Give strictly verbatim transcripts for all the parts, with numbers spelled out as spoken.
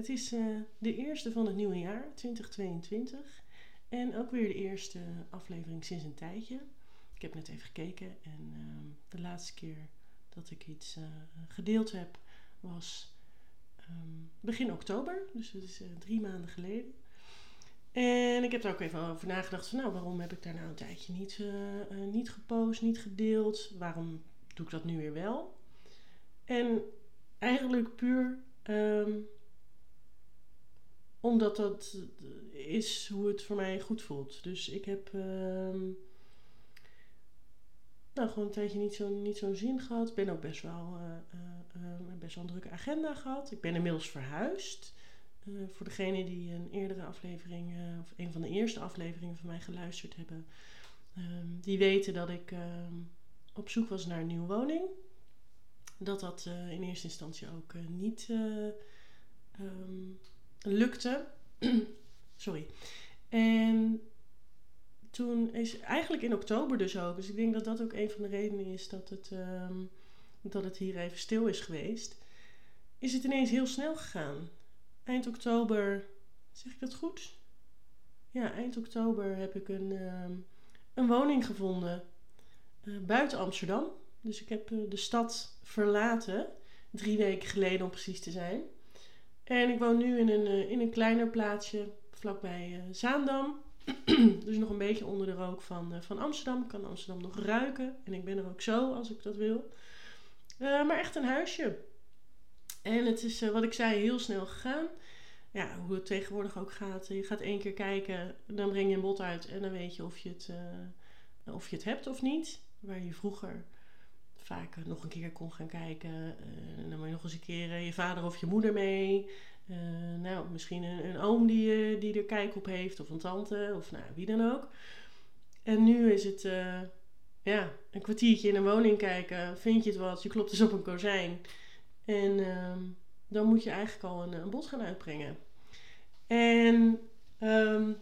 Het is uh, de eerste van het nieuwe jaar, twintig tweeëntwintig. En ook weer de eerste aflevering sinds een tijdje. Ik heb net even gekeken en uh, de laatste keer dat ik iets uh, gedeeld heb was um, begin oktober. Dus dat is uh, drie maanden geleden. En ik heb er ook even over nagedacht van nou, waarom heb ik daar nou een tijdje niet, uh, uh, niet gepost, niet gedeeld? Waarom doe ik dat nu weer wel? En eigenlijk puur um, omdat dat is hoe het voor mij goed voelt. Dus ik heb um, nou, gewoon een tijdje niet, zo, niet zo'n zin gehad. Ik ben ook best wel, uh, uh, uh, best wel een drukke agenda gehad. Ik ben inmiddels verhuisd. Uh, voor degenen die een eerdere aflevering, uh, of een van de eerste afleveringen van mij geluisterd hebben. Um, die weten dat ik um, op zoek was naar een nieuwe woning. Dat dat uh, in eerste instantie ook uh, niet uh, um, lukte. Sorry. En toen is eigenlijk in oktober dus ook. Dus ik denk dat dat ook een van de redenen is dat het, um, dat het hier even stil is geweest. Is het ineens heel snel gegaan. Eind oktober, zeg ik dat goed? Ja, eind oktober heb ik een, um, een woning gevonden uh, buiten Amsterdam. Dus ik heb uh, de stad verlaten, drie weken geleden om precies te zijn. En ik woon nu in een, uh, in een kleiner plaatsje vlakbij uh, Zaandam. Dus nog een beetje onder de rook van, uh, van Amsterdam. Ik kan Amsterdam nog ruiken. En ik ben er ook zo als ik dat wil. Uh, maar echt een huisje. En het is, uh, wat ik zei, heel snel gegaan. Ja, hoe het tegenwoordig ook gaat. Je gaat één keer kijken, dan breng je een bod uit. En dan weet je of je het, uh, of je het hebt of niet. Waar je vroeger vaak uh, nog een keer kon gaan kijken. Uh, en dan moet je nog eens een keer uh, je vader of je moeder mee. Uh, nou, misschien een, een oom die, uh, die er kijk op heeft. Of een tante. Of nou, wie dan ook. En nu is het uh, ja, een kwartiertje in een woning kijken. Vind je het wat? Je klopt dus op een kozijn. En uh, dan moet je eigenlijk al een, een bod gaan uitbrengen. En um,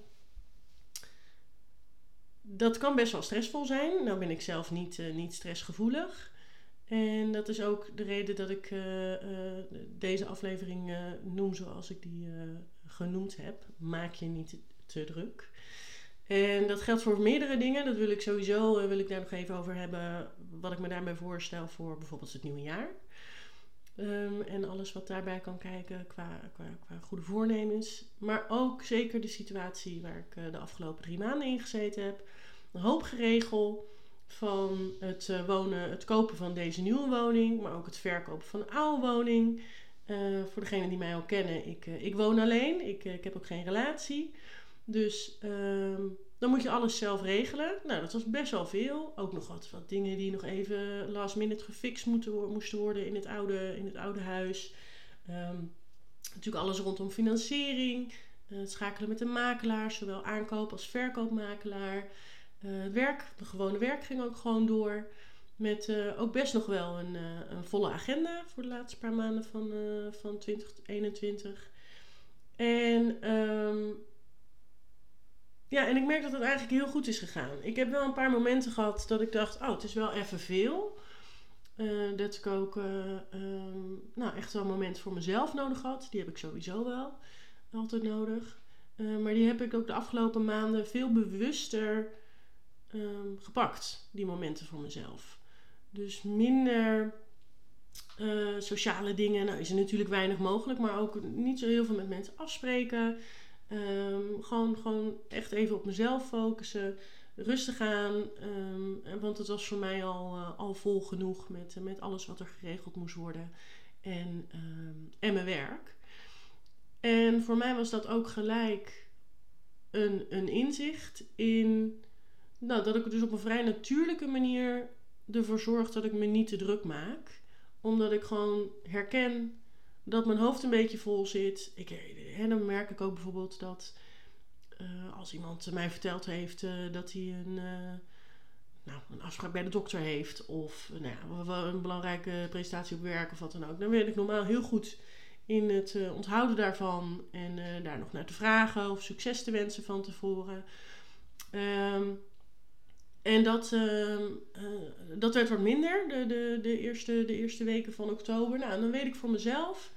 dat kan best wel stressvol zijn. Nou ben ik zelf niet, uh, niet stressgevoelig. En dat is ook de reden dat ik uh, uh, deze aflevering uh, noem zoals ik die uh, genoemd heb. Maak je niet te druk. En dat geldt voor meerdere dingen. Dat wil ik sowieso, uh, wil ik daar nog even over hebben. Wat ik me daarbij voorstel voor bijvoorbeeld het nieuwe jaar. Um, en alles wat daarbij kan kijken qua, qua, qua goede voornemens. Maar ook zeker de situatie waar ik uh, de afgelopen drie maanden in gezeten heb. Een hoop geregel van het uh, wonen, het kopen van deze nieuwe woning. Maar ook het verkopen van een oude woning. Uh, voor degenen die mij al kennen, ik, uh, ik woon alleen. Ik, uh, ik heb ook geen relatie. Dus um, dan moet je alles zelf regelen. Nou, dat was best wel veel. Ook nog wat, wat dingen die nog even last minute gefixt moeten, moesten worden in het oude, in het oude huis. Um, natuurlijk alles rondom financiering. Uh, het schakelen met de makelaar, zowel aankoop als verkoopmakelaar. Uh, het werk, de gewone werk ging ook gewoon door. Met uh, ook best nog wel een, uh, een volle agenda voor de laatste paar maanden van, uh, van twintig eenentwintig. En um, ja, en ik merk dat het eigenlijk heel goed is gegaan. Ik heb wel een paar momenten gehad dat ik dacht, oh, het is wel even veel. Uh, dat ik ook uh, um, nou, echt wel een moment voor mezelf nodig had. Die heb ik sowieso wel altijd nodig. Uh, maar die heb ik ook de afgelopen maanden veel bewuster um, gepakt. Die momenten voor mezelf. Dus minder uh, sociale dingen. Nou is er natuurlijk weinig mogelijk. Maar ook niet zo heel veel met mensen afspreken. Um, gewoon, gewoon echt even op mezelf focussen. Rustig aan. Um, want het was voor mij al, uh, al vol genoeg met, uh, met alles wat er geregeld moest worden. En, um, en mijn werk. En voor mij was dat ook gelijk een, een inzicht in nou, dat ik dus op een vrij natuurlijke manier ervoor zorg dat ik me niet te druk maak. Omdat ik gewoon herken dat mijn hoofd een beetje vol zit. Ik, en dan merk ik ook bijvoorbeeld dat uh, als iemand mij verteld heeft uh, dat hij een, uh, nou, een afspraak bij de dokter heeft. Of nou ja, een belangrijke presentatie op werk of wat dan ook. Dan ben ik normaal heel goed in het uh, onthouden daarvan. En uh, daar nog naar te vragen of succes te wensen van tevoren. Um, En dat, uh, uh, dat werd wat minder de, de, de, eerste, de eerste weken van oktober. Nou, en dan weet ik voor mezelf,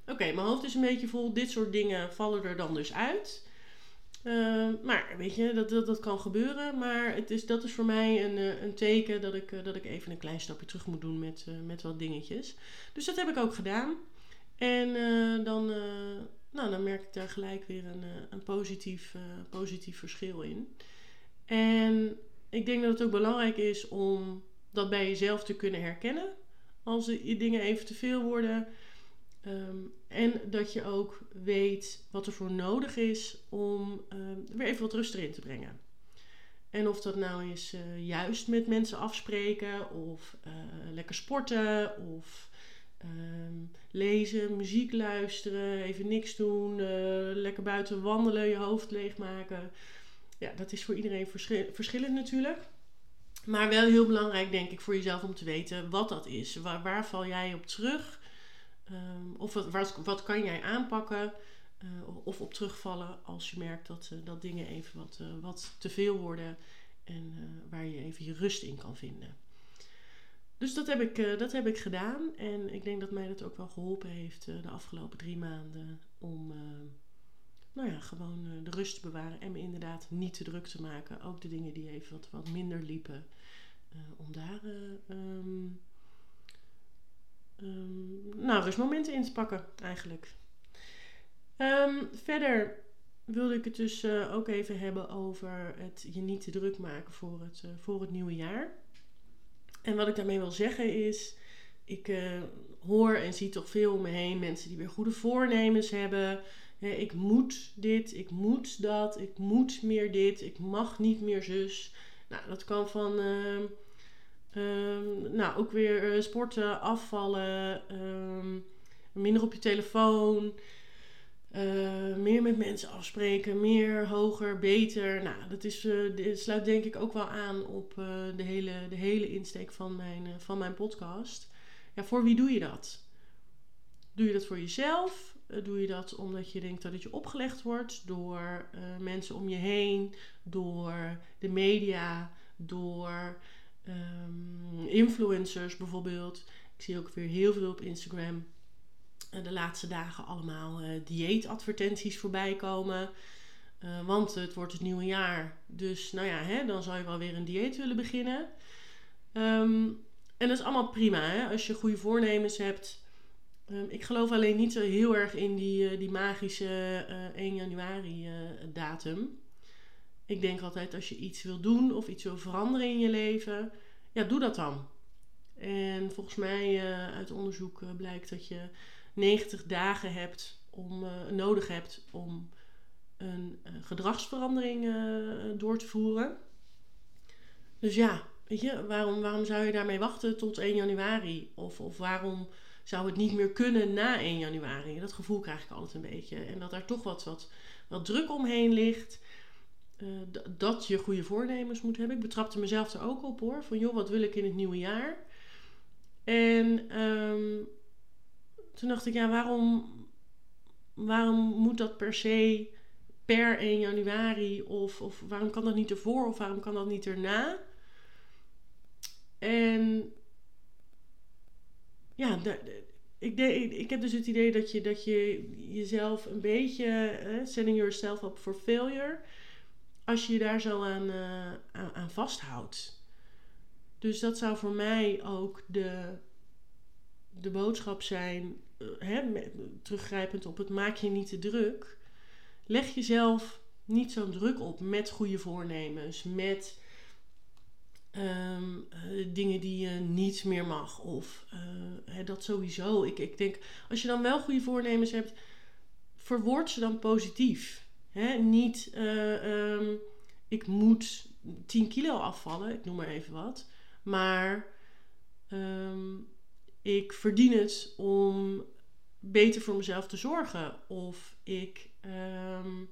Oké, okay, mijn hoofd is een beetje vol. Dit soort dingen vallen er dan dus uit. Uh, maar weet je, dat, dat, dat kan gebeuren. Maar het is, dat is voor mij een, een teken dat ik, dat ik even een klein stapje terug moet doen met, uh, met wat dingetjes. Dus dat heb ik ook gedaan. En uh, dan, uh, nou, dan merk ik daar gelijk weer een, een positief, uh, positief verschil in. En ik denk dat het ook belangrijk is om dat bij jezelf te kunnen herkennen. Als de dingen even te veel worden. Um, en dat je ook weet wat er voor nodig is om um, weer even wat rust erin te brengen. En of dat nou is uh, juist met mensen afspreken of uh, lekker sporten of um, lezen, muziek luisteren, even niks doen, uh, lekker buiten wandelen, je hoofd leegmaken. Ja, dat is voor iedereen verschil- verschillend natuurlijk. Maar wel heel belangrijk denk ik voor jezelf om te weten wat dat is. Waar, waar val jij op terug? Um, of wat, wat, wat kan jij aanpakken uh, of op terugvallen als je merkt dat, uh, dat dingen even wat, uh, wat te veel worden en uh, waar je even je rust in kan vinden. Dus dat heb, ik, uh, dat heb ik gedaan en ik denk dat mij dat ook wel geholpen heeft uh, de afgelopen drie maanden om uh, nou ja, gewoon uh, de rust te bewaren en me inderdaad niet te druk te maken. Ook de dingen die even wat, wat minder liepen, uh, om daar uh, um, Um, nou, rustmomenten in te pakken eigenlijk. Um, verder wilde ik het dus uh, ook even hebben over het je niet te druk maken voor het, uh, voor het nieuwe jaar. En wat ik daarmee wil zeggen is, ik uh, hoor en zie toch veel om me heen mensen die weer goede voornemens hebben. He, ik moet dit, ik moet dat, ik moet meer dit, ik mag niet meer zus. Nou, dat kan van... Uh, Um, nou, ook weer uh, sporten, afvallen, um, minder op je telefoon, uh, meer met mensen afspreken, meer, hoger, beter. Nou, dat is, uh, dit sluit denk ik ook wel aan op uh, de, hele, de hele insteek van mijn, uh, van mijn podcast. Ja, voor wie doe je dat? Doe je dat voor jezelf? Uh, doe je dat omdat je denkt dat het je opgelegd wordt door uh, mensen om je heen, door de media, door... Um, influencers bijvoorbeeld. Ik zie ook weer heel veel op Instagram uh, de laatste dagen allemaal uh, dieetadvertenties voorbij komen. Uh, want het wordt het nieuwe jaar. Dus nou ja, hè, dan zou je wel weer een dieet willen beginnen. Um, en dat is allemaal prima, hè, als je goede voornemens hebt. Um, ik geloof alleen niet zo heel erg in die, uh, die magische uh, één januari uh, datum. Ik denk altijd als je iets wil doen of iets wil veranderen in je leven, ja, doe dat dan. En volgens mij uh, uit onderzoek uh, blijkt dat je negentig dagen hebt om, uh, nodig hebt om een uh, gedragsverandering uh, door te voeren. Dus ja, weet je, waarom, waarom zou je daarmee wachten tot één januari? Of, of waarom zou het niet meer kunnen na één januari? Dat gevoel krijg ik altijd een beetje. En dat daar toch wat, wat, wat druk omheen ligt. Uh, d- dat je goede voornemens moet hebben. Ik betrapte mezelf er ook op hoor. Van joh, wat wil ik in het nieuwe jaar? En um, toen dacht ik, ja, waarom, waarom moet dat per se per één januari? Of, of waarom kan dat niet ervoor? Of waarom kan dat niet erna? En ja, de, de, ik, de, ik heb dus het idee dat je, dat je jezelf een beetje uh, setting yourself up for failure, als je je daar zo aan, uh, aan, aan vasthoudt. Dus dat zou voor mij ook de, de boodschap zijn, uh, hè, met, teruggrijpend op het maak je niet te druk. Leg jezelf niet zo'n druk op met goede voornemens, met um, uh, dingen die je niet meer mag. Of uh, hè, dat sowieso. Ik, ik denk, als je dan wel goede voornemens hebt, verwoord ze dan positief. Hè? Niet, uh, um, ik moet tien kilo afvallen, ik noem maar even wat. Maar um, ik verdien het om beter voor mezelf te zorgen. Of ik um,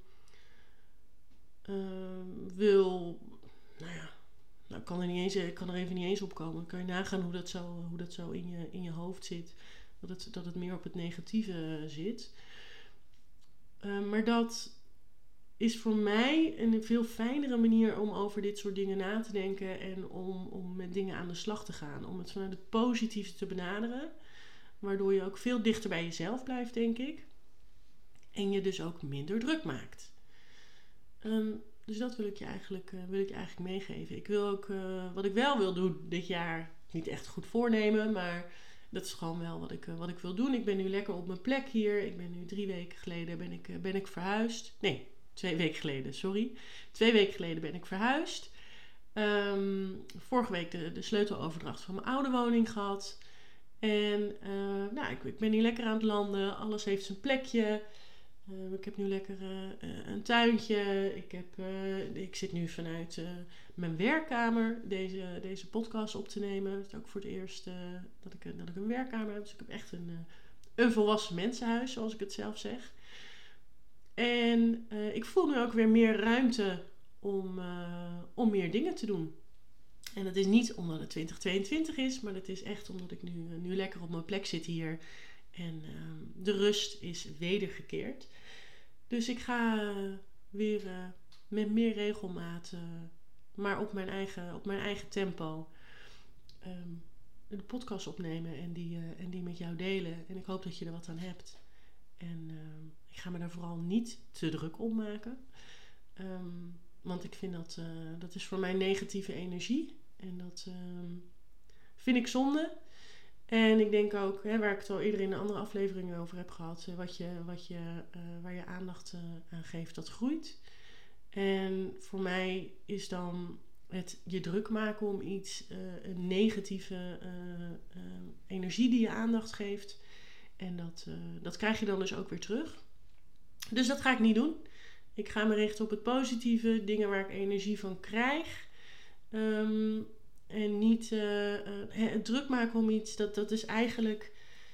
um, wil, nou ja, nou, ik kan er niet eens, ik kan er even niet eens op komen. Dan kan je nagaan hoe dat zo, hoe dat zo in, je, in je hoofd zit. Dat het, dat het meer op het negatieve zit. Uh, maar dat is voor mij een veel fijnere manier om over dit soort dingen na te denken en om, om met dingen aan de slag te gaan. Om het vanuit het positieve te benaderen. Waardoor je ook veel dichter bij jezelf blijft, denk ik. En je dus ook minder druk maakt. Um, dus dat wil ik je eigenlijk, uh, wil ik je eigenlijk meegeven. Ik wil ook, uh, wat ik wel wil doen dit jaar, niet echt goed voornemen, maar dat is gewoon wel wat ik, uh, wat ik wil doen. Ik ben nu lekker op mijn plek hier. Ik ben nu drie weken geleden ben ik, uh, ben ik verhuisd. Nee, twee weken geleden, sorry. Twee weken geleden ben ik verhuisd. Um, vorige week de, de sleuteloverdracht van mijn oude woning gehad. En uh, nou, ik, ik ben hier lekker aan het landen. Alles heeft zijn plekje. Uh, ik heb nu lekker uh, een tuintje. Ik, heb, uh, ik zit nu vanuit uh, mijn werkkamer deze, deze podcast op te nemen. Het is ook voor het eerst uh, dat, ik, dat ik een werkkamer heb. Dus ik heb echt een, uh, een volwassen mensenhuis, zoals ik het zelf zeg. En uh, ik voel nu ook weer meer ruimte om, uh, om meer dingen te doen. En dat is niet omdat het twintig tweeëntwintig is, maar dat is echt omdat ik nu, uh, nu lekker op mijn plek zit hier. En uh, de rust is wedergekeerd. Dus ik ga uh, weer uh, met meer regelmaat, uh, maar op mijn eigen, op mijn eigen tempo, um, de podcast opnemen en die, uh, en die met jou delen. En ik hoop dat je er wat aan hebt. En uh, ik ga me daar vooral niet te druk om maken. Um, want ik vind dat, uh, dat is voor mij negatieve energie. En dat um, vind ik zonde. En ik denk ook, hè, waar ik het al eerder in de andere afleveringen over heb gehad, wat je, wat je, uh, waar je aandacht uh, aan geeft, dat groeit. En voor mij is dan het je druk maken om iets, uh, een negatieve uh, uh, energie die je aandacht geeft. En dat, uh, dat krijg je dan dus ook weer terug. Dus dat ga ik niet doen. Ik ga me richten op het positieve, dingen waar ik energie van krijg. Um, En niet uh, uh, druk maken om iets, dat, dat is eigenlijk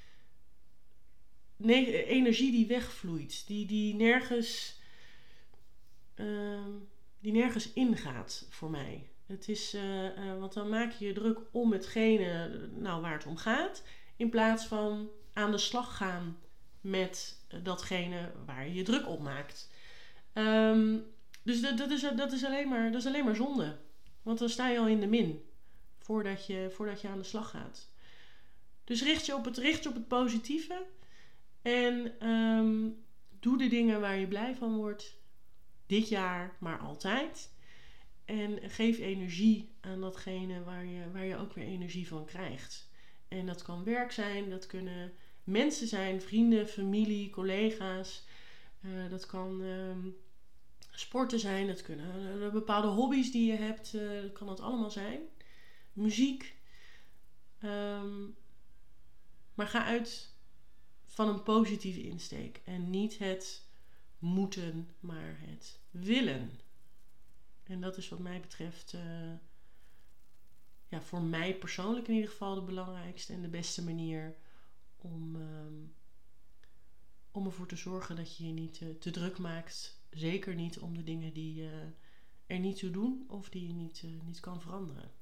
ne- energie die wegvloeit. Die, die, nergens, uh, die nergens ingaat voor mij. Het is, uh, uh, want dan maak je je druk om hetgene nou, waar het om gaat. In plaats van aan de slag gaan met datgene waar je je druk op maakt. Um, dus dat, dat, is, dat, is alleen maar, dat is alleen maar zonde. Want dan sta je al in de min. Voordat je, voordat je aan de slag gaat. Dus richt je op het, richt je op het positieve. En um, doe de dingen waar je blij van wordt. Dit jaar, maar altijd. En geef energie aan datgene waar je, waar je ook weer energie van krijgt. En dat kan werk zijn. Dat kunnen mensen zijn. Vrienden, familie, collega's. Uh, dat kan um, sporten zijn. Dat kunnen uh, bepaalde hobby's die je hebt. Uh, dat kan dat allemaal zijn. Muziek. Um, maar ga uit van een positieve insteek. En niet het moeten, maar het willen. En dat is wat mij betreft, uh, ja, voor mij persoonlijk in ieder geval de belangrijkste en de beste manier om, um, om ervoor te zorgen dat je je niet uh, te druk maakt. Zeker niet om de dingen die uh, er niet toe doen of die je niet, uh, niet kan veranderen.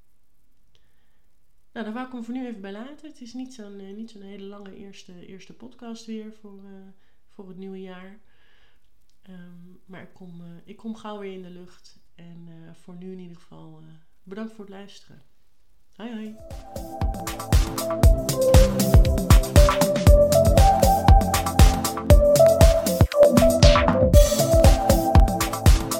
Nou, daar wou ik hem voor nu even bij laten. Het is niet zo'n, uh, niet zo'n hele lange eerste, eerste podcast weer voor, uh, voor het nieuwe jaar. Um, maar ik kom, uh, ik kom gauw weer in de lucht. En uh, voor nu in ieder geval uh, bedankt voor het luisteren. Hoi hoi.